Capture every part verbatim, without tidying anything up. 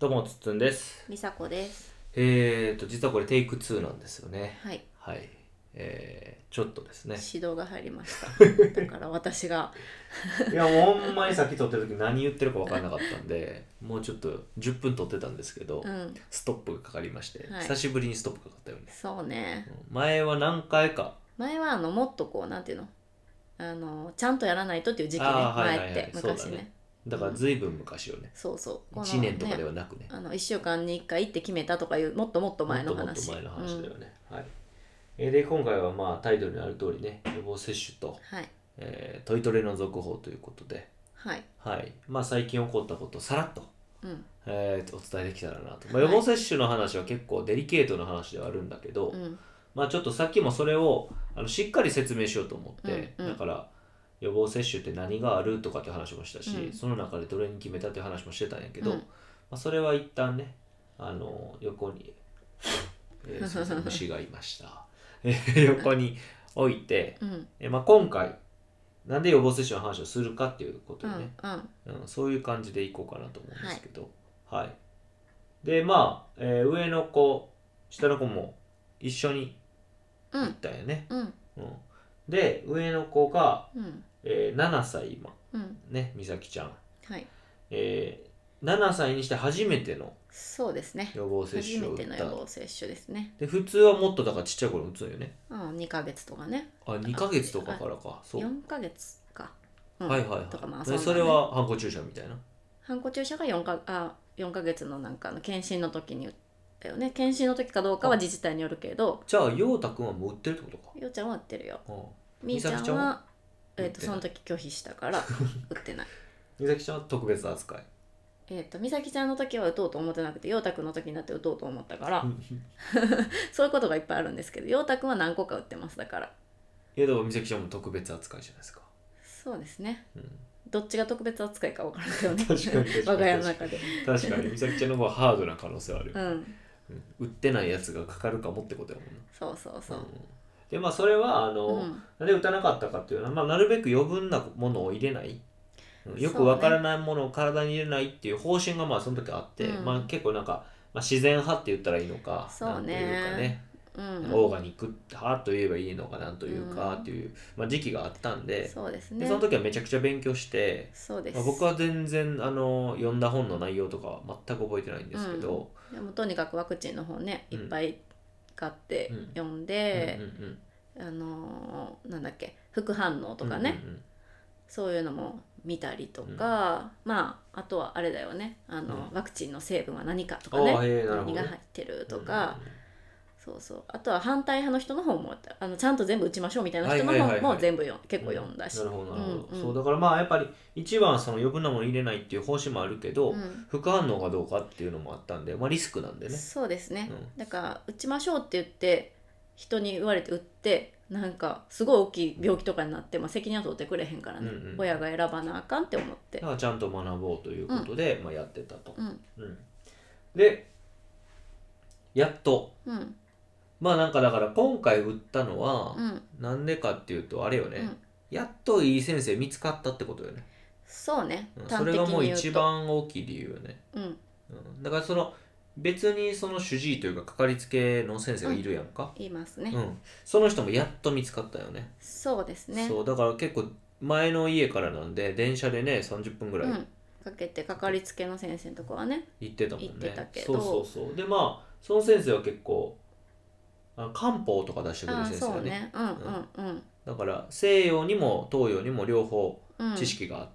どうもつっつんです。 みさこです。 えーと実はこれテイクツーなんですよね。 はい。 はい。えー、ちょっとですね。 指導が入りました。だから私がいやもうほんまにさっき撮ってる時何言ってるか分からなかったんで、もうちょっとじゅっぷん撮ってたんですけど、 うん、 ストップがかかりまして、 はい、 久しぶりにストップかかったよね。 そうね。 うん前は何回か。 前はあのもっとこうなんていうの、あのちゃんとやらないとっていう時期ね。 ああはいはいはい。 前ってそうだ昔ね。 ね。だから随分昔よね。 そうそう。こいのちねんとかでね、 はなくね。 あのいっしゅうかんにいっかいって決めたとかいうもっともっともっ前の話。 ともっと前の話だよね。はい。えーで今回はまあタイトルにある通りね、予防接種と、 はい。 えートイトレの続報ということで、 はい。 はい。まあ最近起こったことをさらっと、 うん。 えーお伝えできたらなと。まあ、予はい。 防接種の話は結構デリケートな話ではあるんだけど、 うん。 まあちょっとさっきもそれをあのしっかり説明しようと思って、 うんうんだから予防接種って何があるとかって話もしたし、 うんその中でどれに決めたっていう話もしてたんやけど、 うんまあ、それは一旦ね、あの横に、えーすみません、虫がいました。えー横に置いて、 うんえーまあ、今回、なんで予防接種の話をするかっていうことうんでね、 うんうん、そういう感じでいこうかなと思うんですけど、はい。で、まあ、えー上の子、下の子も一緒に行っうんたよね。 うんうん、で、上の子が、 うんえーななさい今、 うんね、美咲ちゃん。 はい。 えーななさいにして初めてのそうですね。 予防接初め種を打った。 ての予防接種ですね。 で、普通はもっとだからちっちゃい頃打つのよね。 うん、にかげつとかね。 あ、にかげつとかからか。そう。 よんかげつか。うん、 はいはいとかまあはい。 そんな、ね、 でそれはハンコ注射みたいな。 ハンコ注射がよんかあよんかげつのなんかの検診の時に打ったよね。検診の時かどうかは自治体によるけど、 じゃあ、陽太くんはもう打ってるってことか。 ようちゃんは打ってるよ。 ああみーちゃんは美咲ちゃんはえー、とその時拒否したから打ってない。 美咲ちゃんは特別扱い。 えっと美咲ちゃんの時は打とうと思ってなくて、陽太くんの時になって打とうと思ったからそういうことがいっぱいあるんですけど、陽太くんは何個か打ってます。だからいやでも美咲ちゃんも特別扱いじゃないですか。 そうですね、 うん、 どっちが特別扱いか分からんけどね確かに確かに我が家の中で確かに美咲ちゃんの方がハードな可能性はあるよ、 うんうん売ってないやつがかかるかもってことやもんな。 そうそうそう、 うんでまあそれはあの、 うんなんで打たなかったかっていうのは、まあ、なるべく余分なものを入れない、うんよくわからないものを体に入れないっていう方針がまあその時あって、 うんまあ、結構なんか、まあ、自然派って言ったらいいのか、 そうねなんというかね、 うんオーガニック派と言えばいいのかなんというかっていう、まあ、時期があったんで、 そうですねでその時はめちゃくちゃ勉強して、 そうです、 まあ、僕は全然あの読んだ本の内容とかは全く覚えてないんですけど、 うん、でもとにかくワクチンの本ねいっぱい買ってうん読んで、 うんうんうんあのーなんだっけ副反応とかね、 うんうんうんそういうのも見たりとか、うん、まああとはあれだよね、あの、うん、ワクチンの成分は何かとかね、何が入ってるとか、うんうん、そうそうあとは反対派の人の本もあのちゃんと全部打ちましょうみたいな人の本も全部読ん、結構読んだし、 なるほどなるほど、 うんうん、 そうだからまあやっぱり一番その余分なもの入れないっていう方針もあるけど、うん、副反応がどうかっていうのもあったんで、まあ、リスクなんでね。 そうですね、 うん、 だから打ちましょうって言って人に言われて打ってなんかすごい大きい病気とかになって、まあ、責任は取ってくれへんからね、うんうん、親が選ばなあかんって思ってだからちゃんと学ぼうということで、うんまあ、やってたと、 うんうん、でやっと、 うん、 まあなんかだから今回打ったのは、 うん、 なんでかっていうとあれよね、 うん、 やっといい先生見つかったってことよね。 そうね、 うん、それがもう一番大きい理由よね、 うんうん、 だからその別にその主治医というかかかりつけの先生がいるやんか、 うん、いますね、 うん、その人もやっと見つかったよね。 そうですね。 そうだから結構前の家からなんで電車でねさんじゅっぷんぐらい、うん、 かけてかかりつけの先生のとこはね行ってたもんね。 行ってたけど、 そうそうそうでまあその先生は結構あ漢方とか出してくれる先生だね。 そうね、うんうんうん、 だから西洋にも東洋にも両方知識があって、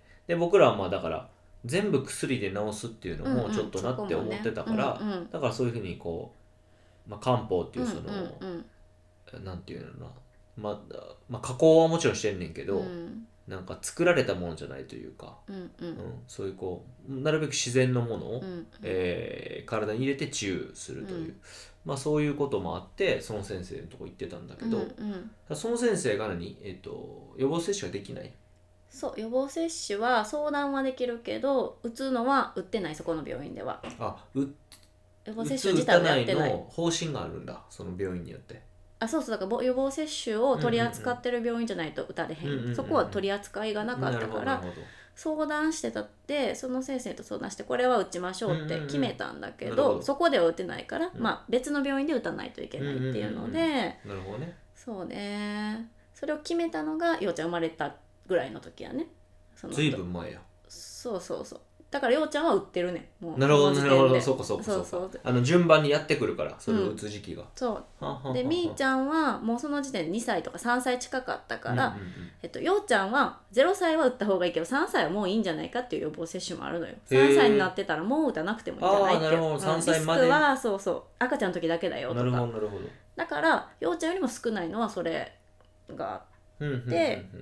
うん、で僕らはまあだから全部薬で治すっていうのもちょっとなって思ってたから、 うんうんねうんうん、 だからそういうふうにこう、まあ、漢方っていうその、 うんうん、 なんていうのな、まあ、まあ加工はもちろんしてんねんけど、 うん、 なんか作られたものじゃないというか、 うんうんうん、 そういうこうなるべく自然のものを、 うんうん、 えー、体に入れて治癒するという、うん、まあ、そういうこともあってその先生のとこ行ってたんだけど、うんうん、その先生が何、えーと、予防接種はできない。 そう予防接種は相談はできるけど打つのは打ってない。そこの病院ではあう予防接種自体はやってない。 の方針があるんだその病院によって。 あそうそうだから予防接種を取り扱ってる病院じゃないと打たれへん、うんうんうん、そこは取り扱いがなかったから相談してたってその先生と相談してこれは打ちましょうって決めたんだけど、うんうんうん、そこでは打てないから、うん、まあ、別の病院で打たないといけないっていうので、うんうんうん、なるほどね。 そうね、それを決めたのがようちゃん生まれたぐらいの時やね。 ずいぶん前や。 そうそうそう、だからようちゃんは打ってるねもう。 なるほどなるほど、そうかそうかそうか、そうそう、あの順番にやってくるからそれを打つ時期が、うん、 そうでみーちゃんはもうその時点でにさいとかさんさい近かったから、うんうんうん、えっと、ようちゃんはゼロさいは打った方がいいけどさんさいはもういいんじゃないかっていう予防接種もあるのよ。さんさいになってたらもう打たなくてもいいんじゃないっていう。あ、なるほど、さんさいまで、リスクはそうそう赤ちゃんの時だけだよとか。なるほどなるほど。だからようちゃんよりも少ないのはそれがあって、うんうんうんうん、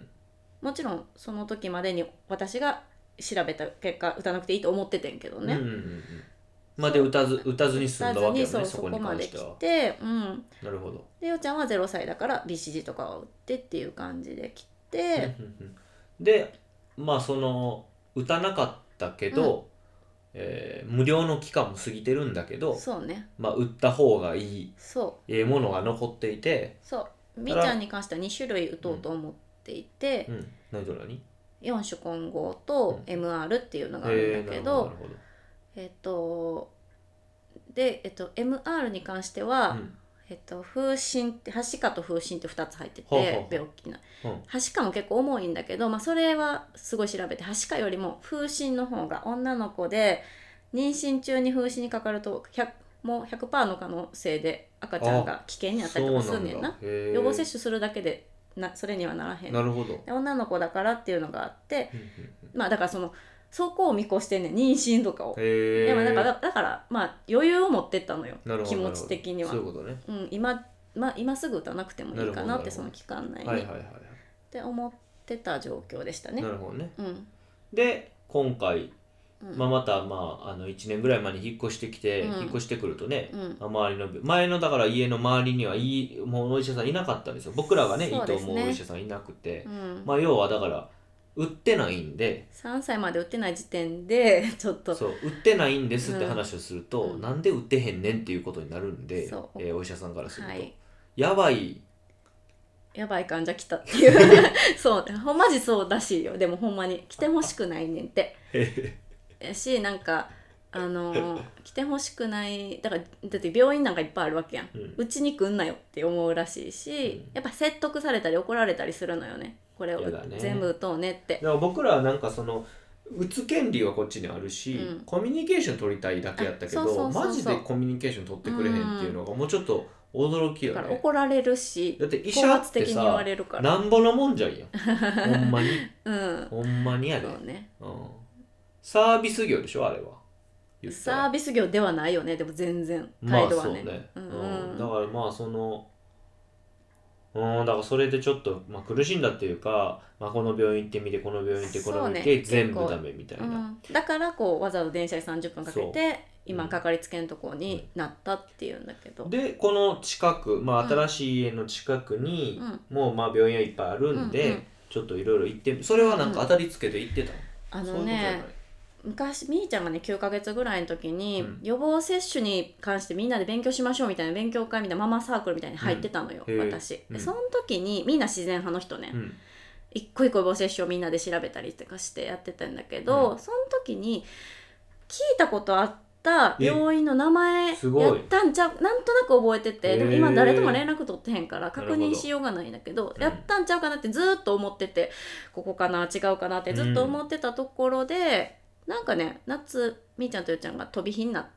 もちろんその時までに私が調べた結果打たなくていいと思っててんけどね、うんうんうん、 まあで打たず打たずに済んだわけよね。 そうそこまで来て、うん、 なるほど。 でようちゃんはゼロさいだから ビーシージー とかを打ってっていう感じで来てでまあその打たなかったけど、うん、えー、無料の期間も過ぎてるんだけど、 そうね、 まあ打った方がいいそうええものが残っていて、 そうみーちゃんに関してはにしゅるい打とうと思っていて、 うんうん、何と何よん種混合と エムアール っていうのがあるんだけど、うん、えっとで、えっと、エムアール に関しては、うん、えっと、風疹ってはしかと風疹ってふたつ入ってて、ほうほうほう、病気な、うん、はしかも結構重いんだけど、まあ、それはすごい調べてはしかよりも風疹の方が女の子で妊娠中に風疹にかかるとひゃくもう ひゃくパーセント の可能性で赤ちゃんが危険になったりとかすんねんな。予防接種するだけでなそれにはならへん。 なるほど。 女の子だからっていうのがあってまあだからそのそこを見越してね妊娠とかをでもだからだからまあ余裕を持ってったのよ気持ち的には。 そういうことね、 うん、今、まあ、今すぐ打たなくてもいいかなってその期間内に、はいはいはいはい、って思ってた状況でしたね。 なるほどね、 うん、 で今回まあ、また、まあ、あのいちねんぐらい前に引っ越してきて、うん、引っ越してくるとね、うん、周りの前のだから家の周りにはいいもうお医者さんいなかったんですよ。僕らがね、ねいいと思うお医者さんいなくて、うん、まあ要はだから打ってないんでさんさいまで打ってない時点でちょっとそう打ってないんですって話をすると、うん、なんで打ってへんねんっていうことになるんで、えー、お医者さんからすると、はい、やばいやばい患者来たっていうそうほんまじそうらしいよ。でもほんまに来てほしくないねんってやしなんかあのー、来てほしくないだからだって病院なんかいっぱいあるわけやん、うち、うん、に来んなよって思うらしいし、うん、やっぱ説得されたり怒られたりするのよねこれを全部打とうねって。 だから僕らはなんかその打つ権利はこっちにあるし、うん、コミュニケーション取りたいだけやったけどマジでコミュニケーション取ってくれへんっていうのがもうちょっと驚きよね。 だから怒られるしだって医者ってさなんぼのもんじゃんやほんまに、うん、ほんまにやでそうね、うん、サービス業でしょあれは。 サービス業ではないよねでも全然態度はね、 まあそうね、うんうん、だからまあそのうんだからそれでちょっと、まあ、苦しんだっていうか、まあ、この病院行ってみてこの病院行ってこの病院行って、ね、全部ダメみたいな、うん、 だからこうわざわざ電車でさんじゅっぷんかけて今かかりつけのところになったっていうんだけど、うん、 でこの近く、まあ、新しい家の近くに、うん、もうまあ病院はいっぱいあるんで、うんうん、ちょっといろいろ行ってそれはなんか当たりつけて行ってたの、 うん、あのね昔みーちゃんがねきゅうかげつぐらいの時に、うん、予防接種に関してみんなで勉強しましょうみたいな勉強会みたいなママサークルみたいに入ってたのよ、うん、私で、うん、その時にみんな自然派の人ね、うん、一個一個予防接種をみんなで調べたりとかしてやってたんだけど、うん、その時に聞いたことあった病院の名前やったんちゃうなんとなく覚えててでも今誰とも連絡取ってへんから確認しようがないんだけどやったんちゃうかなってずっと思っててここかな違うかなってずっと思ってたところで、なんかね夏みーちゃんとゆうちゃんが飛び火になって、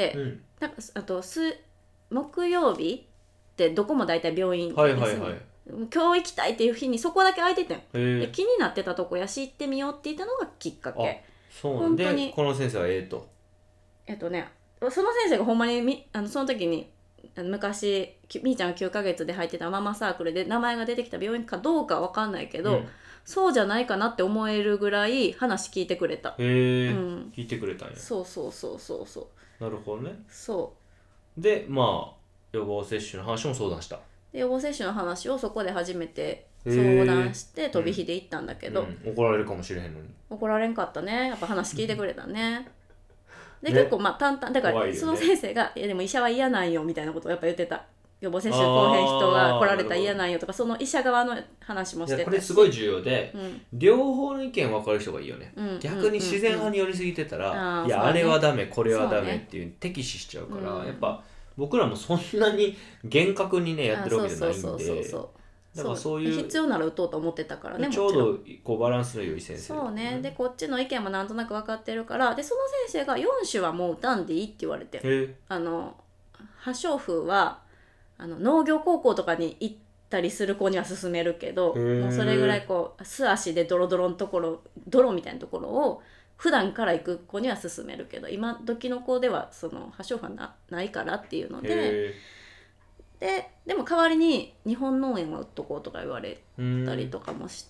うん、なんかあとす木曜日ってどこも大体病院です、ね、はいはいはい、今日行きたいっていう日にそこだけ空いててんで気になってたとこやし行ってみようって言ったのがきっかけ。 そうなんでこの先生はええとえっとねその先生がほんまにみあのその時に昔みーちゃんがきゅうかげつで入ってたママサークルで名前が出てきた病院かどうかわかんないけど、うん、そうじゃないかなって思えるぐらい話聞いてくれた。 へえ、うん、聞いてくれたんや。 そうそうそうそうそう。なるほどね。 そうでまあ予防接種の話も相談した。 で予防接種の話をそこで初めて相談して飛び火で行ったんだけど、 うんうん、怒られるかもしれへんのに怒られんかったね。やっぱ話聞いてくれたねで、ね、結構まあ淡々だから、ね、その先生がいやでも医者は嫌なんよみたいなことをやっぱ言ってた。 予防接種来へん人が来られたら嫌なんよとか、その医者側の話もしてたし、 これすごい重要で、うん、両方の意見分かる人がいいよね、 うん、 逆に自然派に寄りすぎてたら、うん、いや、ね、あれはダメこれはダメっていう敵視しちゃうから、ね、やっぱ僕らもそんなに厳格にねやってるわけじゃないんで、だからそういう必要なら打とうと思ってたからね、 ちょうどこうバランスの良い先生、 そうね、でこっちの意見もなんとなく分かってるから、でその先生がよん種はもう打たんでいいって言われて、あの破傷風はあの農業高校とかに行ったりする子には勧めるけど、もうそれぐらいこう素足でドロドロのところ、泥みたいなところを普段から行く子には勧めるけど、今時の子ではその破傷風は な, ないからっていうので、ででも代わりに日本脳炎は打っとこうとか言われたりとかもして、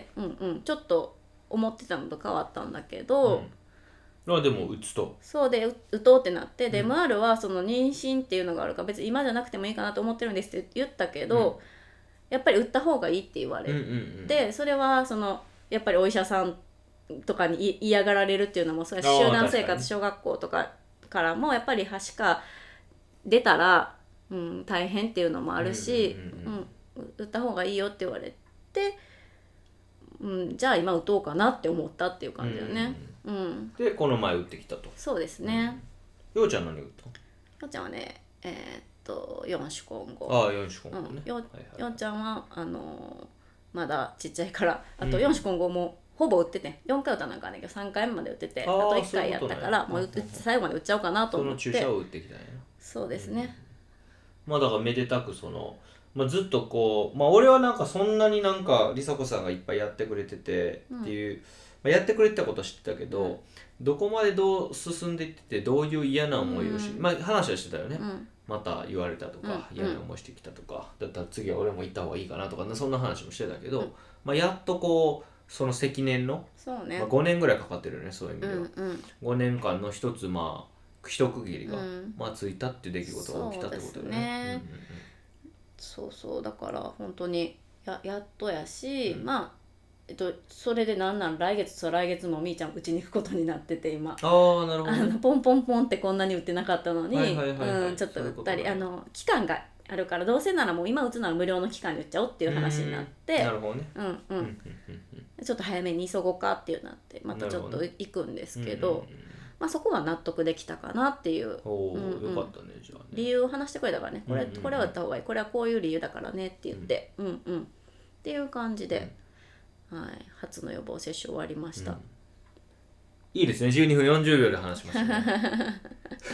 うんうん、ちょっと思ってたのと変わったんだけど、 うん、あでも打つとそうで打とうってなって、で エムアール はその妊娠っていうのがあるから別に今じゃなくてもいいかなと思ってるんですって言ったけど、うん、やっぱり打った方がいいって言われて、うんうんうん、それはそのやっぱりお医者さんとかに嫌がられるっていうのも、それは集団生活小学校とかからもやっぱりはしか出たら、うん、大変っていうのもあるし、うんうんうんうん、打った方がいいよって言われて、うん、じゃあ今打とうかなって思ったっていう感じだよね、うんうん、 でこの前打ってきたと。 そうですね、 うん、ようちゃん何打ったの？ようちゃんはねえー、っとよん種混合。 ああよん種混合ね、 うん、よ, はいはい、ようちゃんはあのー、まだちっちゃいからあとよん種混合もほぼ打ってて、よんかい打たなあかんねんけどさんかいめまで打ってて、あといっかいやったから、もう最後まで打っちゃおうかなと思って、 その注射を打ってきたんやな。 そうですね、 うん、まあだからめでたくその、まあ、ずっとこう、まあ俺はなんかそんなになんか梨紗子さんがいっぱいやってくれててっていう、うん、まあ、やってくれてたことは知ってたけど、うん、どこまでどう進んでいっててどういう嫌な思いをし、うん、まあ話はしてたよね、うん、また言われたとか、うん、嫌な思いしてきたとか、だったら次は俺も行った方がいいかなとか、そんな話もしてたけど、うん、まあ、やっとこうその積年の、 そうね、 まあ、ごねんぐらいかかってるよね、そういう意味では、 うんうん、 ごねんかんの一つまあ一区切りが、うん、まあ、ついたっていう出来事が起きたってことだよね。 そうそうだから本当に や, やっとやし、うん、まあ、えっと、それでなんなん来月と来月もみーちゃんうちに行くことになってて今、 あなるほど、ね、 あのポンポンポンってこんなに打ってなかったのにちょっと打ったり、あの期間があるからどうせならもう今打つなら無料の期間で打っちゃおうっていう話になって、 なるほどね、 うんうん、ちょっと早めに急ごうかっていうなってまたちょっと行くんですけど、まあ、そこは納得できたかなっていう、 お、うんうん、よかったね、じゃあね、 理由を話してくれたからね、これ、うんうんうん、これは打った方がいい、これはこういう理由だからねって言って、うん、うんうんっていう感じで、うん、はい、初の予防接種終わりました、うん、 いいですね、じゅうにふんよんじゅうびょうで話しましたね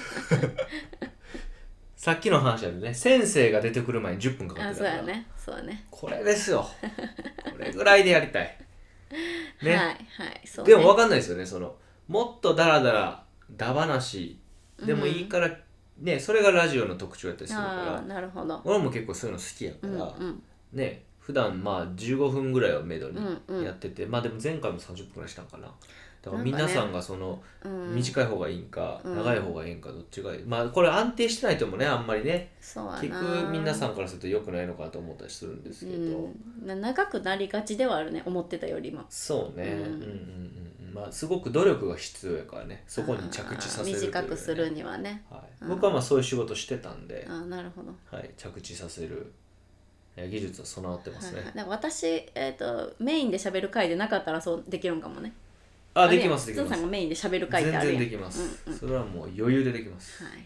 さっきの話だとね、先生が出てくる前にじゅっぷんかかってたから、 あ、そうやね、そうやね、 これですよこれぐらいでやりたいね、 はいはい、そうね、 でも分かんないですよね、そのもっとダラダラダ話でもいいから、うん、ね、それがラジオの特徴やったりするから、 あ、なるほど、 俺も結構そういうの好きやから、うんうん、ね、普段まあじゅうごふんぐらいをめどにやってて、うんうん、まあでも前回もさんじゅっぷんぐらいしたんかな。だから皆さんがその短い方がいいんか、うん、長い方がいいんかどっちがいい、まあこれ安定してないともね、あんまりね、聞く皆さんからすると良くないのかと思ったりするんですけど、 うん、長くなりがちではあるね、思ってたよりも。 そうね、うんうんうんうん、まあすごく努力が必要やからね、そこに着地させるという、ね、 短くするにはね、 はい、僕はまあそういう仕事してたんで、 あ、なるほど、 はい、着地させる技術は備わってますね、はいはい、 だから私、えーと、メインで喋る回でなかったらそうできるんかもね。 あ、できますできます。 つんさんがメインで喋る回ってあるやん。 全然できます、うんうん、それはもう余裕でできます。 はいはい、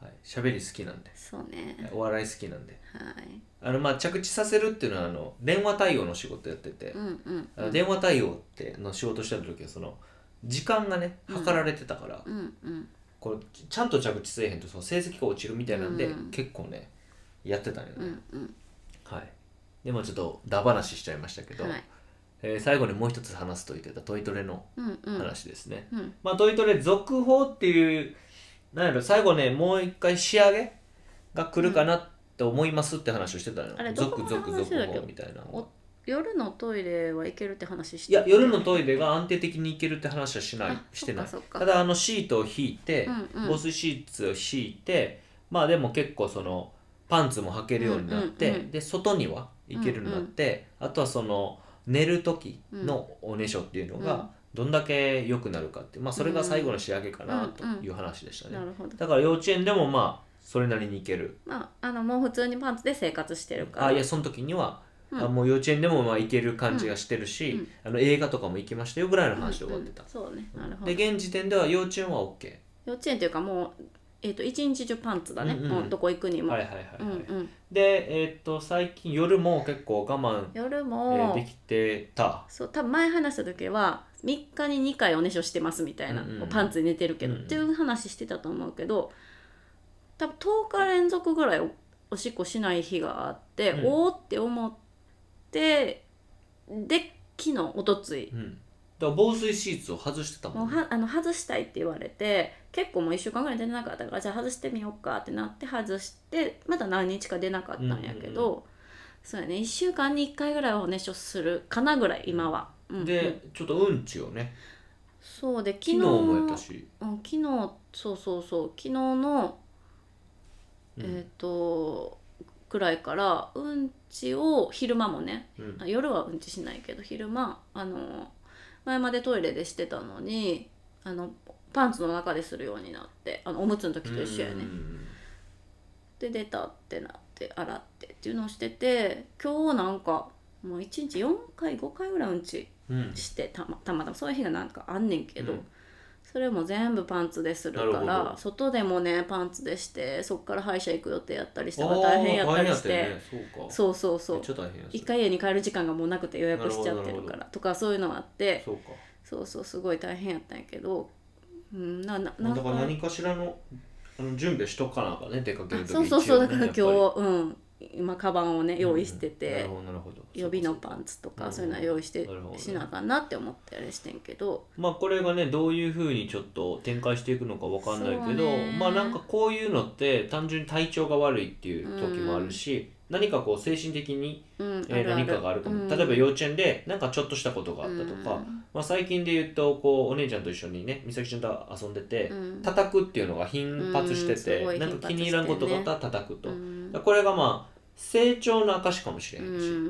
はい、喋り好きなんで。 そうね、 お笑い好きなんで、 はい、 あのまあ着地させるっていうのはあの電話対応の仕事やってて、 うんうんうん、 あの電話対応っての仕事してた時はその時間がね測られてたから、 うんうんうん、 こうちゃんと着地せえへんとその成績が落ちるみたいなんで、うん、結構ねやってたんよね、 うんうん、 はい。でもちょっとダ話しちゃいましたけど、はい、えー、最後にもう一つ話すと言ってたトイトレの話ですね、 うんうん、 まあトイトレ続報っていうなんやろ、最後ねもう一回仕上げが来るかなって思いますって話をしてたのよ、 あれ続々続報みたいな。 夜のトイレはいけるって話していや、夜のトイレが安定的にいけるって話はしないしてない。ただあのシートを引いて、うんうん、防水シーツを敷いて、まあでも結構そのパンツも履けるようになって、うんうんうん、で外には行けるようになって、うんうん、あとはその寝る時のおねしょっていうのがどんだけ良くなるかって、まあそれが最後の仕上げかなという話でしたね、 うんうん、なるほど。 だから幼稚園でもまあそれなりにいける。 まあ、あのもう普通にパンツで生活してるから。 あいやその時には、 うん、 あもう幼稚園でもまあ行ける感じがしてるし、 うん、 あの映画とかも行きましたよぐらいの話で終わってた、 うんうん、そうね、なるほど。 で現時点では幼稚園は OK。 幼稚園っていうかもう、えー、と一日中パンツだね、うんうん、どこ行くにも。 はいはいはい、はい、 うんうん、 で、えー、と最近夜も結構我慢夜も、 えー、できてた。 そう多分前話した時はみっかににかいおねしょしてますみたいな、うんうん、パンツで寝てるけど、うんうん、っていう話してたと思うけど、多分とおか連続ぐらい お, おしっこしない日があって、うん、おーって思ってで昨日おとつい、 うん、だから防水シーツを外してたもん、ね、 もうはあの外したいって言われて結構もういっしゅうかんぐらい出てなかったからじゃあ外してみようかってなって外してまた何日か出なかったんやけど、うんうん、そうやねいっしゅうかんにいっかいぐらいはおねしょするかなぐらい今は、 うん、で、うん、ちょっとうんちをねそうで昨日昨日もやったし、 うん、昨日そうそうそう昨日の、うん、えっ、ー、とくらいからうんちを昼間もね、うん、夜はうんちしないけど昼間あの前までトイレでしてたのにあのパンツの中でするようになってあのおむつの時と一緒やね、で出たってなって洗ってっていうのをしてて今日なんかもういちにちよんかいごかいぐらいうんちして、うん、た, またまたまそういう日がなんかあんねんけど、うん、それも全部パンツでするから外でもねパンツでしてそっから歯医者行く予定やったりして大変やったりして、ね、そう, そうそうそう一回家に帰る時間がもうなくて予約しちゃってるからとかそういうのがあってそうかそうそうすごい大変やったんやけど、うん、なななんかだから何かしらのあの準備しとかなあかね出かける時、 ね、そうそうそうだから今日うん今カバンをね用意してて、 うん、なるほど予備のパンツとかそういうのは用意してしなあかんなって思ってあれしてんけど、 まあこれがねどういう風にちょっと展開していくのかわかんないけど、まあなんかこういうのって単純に体調が悪いっていう時もあるし、うん、何かこう精神的に、うんえー、何かがあるかも、うん、例えば幼稚園でなんかちょっとしたことがあったとか、うんまあ、最近で言うとこうお姉ちゃんと一緒にね美咲ちゃんと遊んでて、うん、叩くっていうのが頻発してて、うん、なんか気に入らんことがあったら叩くと、うん、これがまあ成長の証かもしれないし、うん、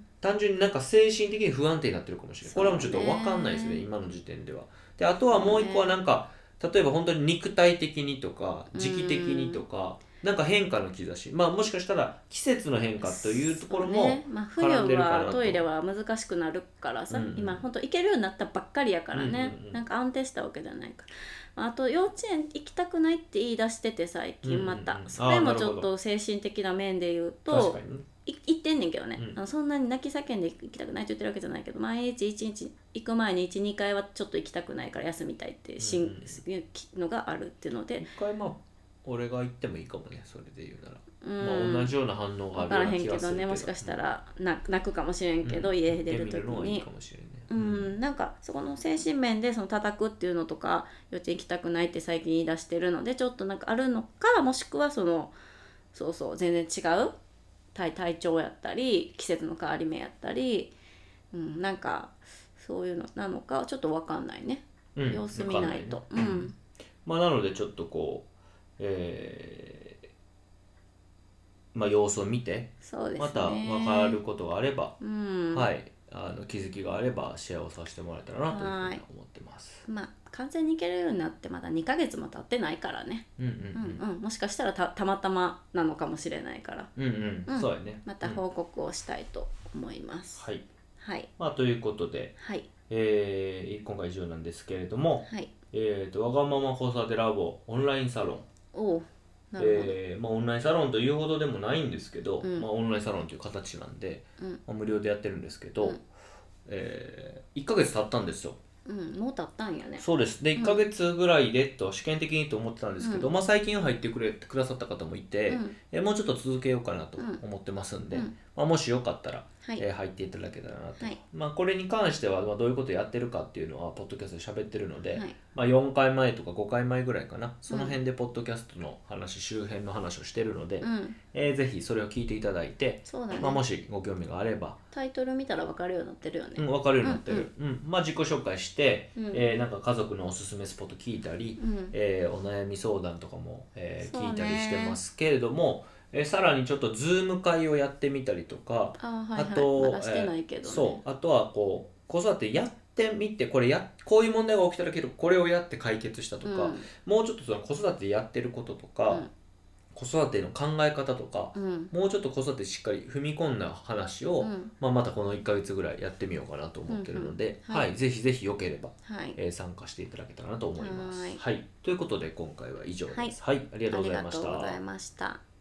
単純になんか精神的に不安定になってるかもしれない、これはもうちょっと分かんないですね今の時点では。であとはもう一個はなんか例えば本当に肉体的にとか時期的にとか、うん、なんか変化の兆し、まあもしかしたら季節の変化というところも絡んでるかなと、ねまあ、冬はトイレは難しくなるからさ、うんうん、今本当行けるようになったばっかりやからね、うんうんうん、なんか安定したわけじゃないから、あと幼稚園行きたくないって言い出してて最近また、うんうんうん、それもちょっと精神的な面で言うとい言ってんねんけどね、うん、あのそんなに泣き叫んで行きたくないって言ってるわけじゃないけど毎日いちにち行く前に いち,に 回はちょっと行きたくないから休みたいってしん、うん、のがあるっていうので一回まあ俺が行ってもいいかもねそれで言うなら、うんまあ、同じような反応があるような気がするけど分からへんけどねもしかしたら泣くかもしれんけど、うん、家出る時にいいうん、なんかそこの精神面でその叩くっていうのとか幼稚園行きたくないって最近言い出してるのでちょっとなんかあるのかもしくはそのそうそう全然違う 体, 体調やったり季節の変わり目やったり、うん、なんかそういうのなのかちょっと分かんないね、うん、様子見ないと、 ねうんまあ、なのでちょっとこう、えーまあ、様子を見てそうですね、 また分かることがあれば、うんはいあの気づきがあればシェアをさせてもらえたらなというふうに思ってます。 まあ完全に行けるようになってまだにかげつも経ってないからね、うんうんうんうん、もしかしたら た, たまたまなのかもしれないから、 うんうんうん、そうやねまた報告をしたいと思います、 うん、はい、 はいまあ、ということで、 はいえー、今回以上なんですけれども、はいえー、とわがまま子育てラボオンラインサロンおうえーまあ、オンラインサロンというほどでもないんですけど、うんまあ、オンラインサロンという形なんで、うんまあ、無料でやってるんですけど、うんえー、いっかげつ経ったんですよ。 うん、もう経ったんやね。 そうですでいっかげつぐらいでと試験的にと思ってたんですけど、うんまあ、最近入ってくれくださった方もいて、うんえーもうちょっと続けようかなと思ってますんで、うんまあ、もしよかったら、はいえー入っていただけたらなと、はいまあ、これに関してはまあどういうことをやってるかっていうのはポッドキャストで喋ってるので、はいまあ、よんかいまえとかごかいまえぐらいかなその辺でポッドキャストの話、周辺の話をしてるので、うんえーぜひそれを聞いていただいて、 そうだねまあ、もしご興味があればタイトル見たら分かるようになってるよね。 うん、分かるようになってる、うんうんまあ、自己紹介して、うんえーなんか家族のおすすめスポット聞いたり、うんえーお悩み相談とかも、えー聞いたりしてますけれども、えーさらにちょっとズーム会をやってみたりとかあ、はいはい、 あと、 まだしてないけどね、 えーそうあとはこう子育てやってみてこれやこういう問題が起きたらけどこれをやって解決したとか、うん、もうちょっとその子育てでやってることとか、 子育ての考え方とか、うん、もうちょっと子育てしっかり踏み込んだ話を、うんまあ、またこのいっかげつぐらいやってみようかなと思ってるので、うんうんはいはい、ぜひぜひよければ、はいえー、参加していただけたらなと思います。はい、はい、ということで今回は以上です。はい、はい、ありがとうございました。 ありがとうございました。